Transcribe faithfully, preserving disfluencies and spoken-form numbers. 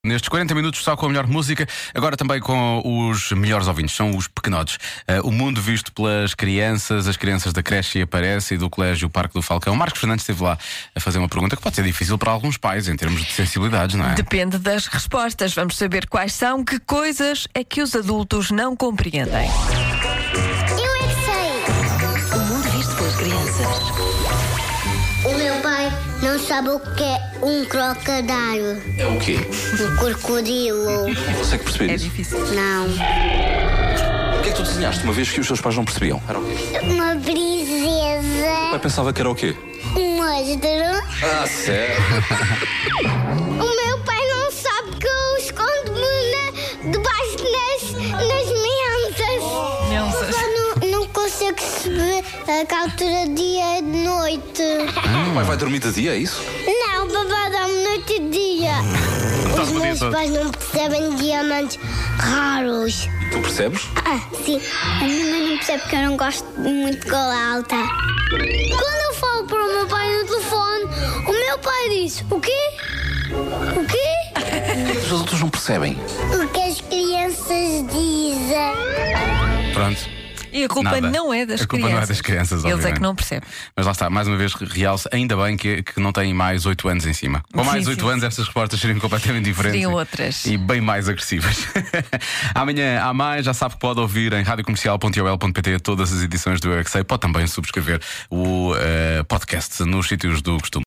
nestes quarenta minutos só com a melhor música, agora também com os melhores ouvintes, são os pequenotes. Uh, o mundo visto pelas crianças, as crianças da creche Aparece e do Colégio Parque do Falcão. Marcos Fernandes esteve lá a fazer uma pergunta que pode ser difícil para alguns pais em termos de sensibilidades, não é? Depende das respostas. Vamos saber quais são, que coisas é que os adultos não compreendem. Eu é que sei. O mundo visto pelas crianças. O meu pai não sabe o que é um crocodilo. É o quê? Um crocodilo. Não consegue perceber É isso? difícil. Não. O que é que tu desenhaste uma vez que os teus pais não percebiam? Era o quê? Uma O princesa. pai pensava que era o quê? Um monstro. Ah, sério? O meu pai não sabe que eu escondo-me na, debaixo das, das mensas. Mensas. Eu não, não consigo perceber a que altura de dia e de noite. O pai vai dormir de dia, é isso? Não, papai dá-me noite e dia. Os o dia meus todo. pais não percebem diamantes raros. E tu percebes? Ah, sim. A minha mãe não percebe porque eu não gosto muito de gola alta. Quando eu falo para o meu pai no telefone, o meu pai diz: O quê? O quê? Os adultos não percebem. O que as crianças dizem. Pronto. E a culpa Nada. não é das A culpa crianças. não é das crianças, Eles é obviamente. que não percebem. Mas lá está, mais uma vez realce, ainda bem que, que não têm mais oito anos em cima. Com mais Sim, oito sim, anos, estas respostas seriam completamente diferentes. Seriam e- outras. E bem mais agressivas. Amanhã há mais, já sabe que pode ouvir em radiocomercial ponto i o l ponto p t todas as edições do Eu é que Sei. Pode também subscrever o eh, podcast nos sítios do costume.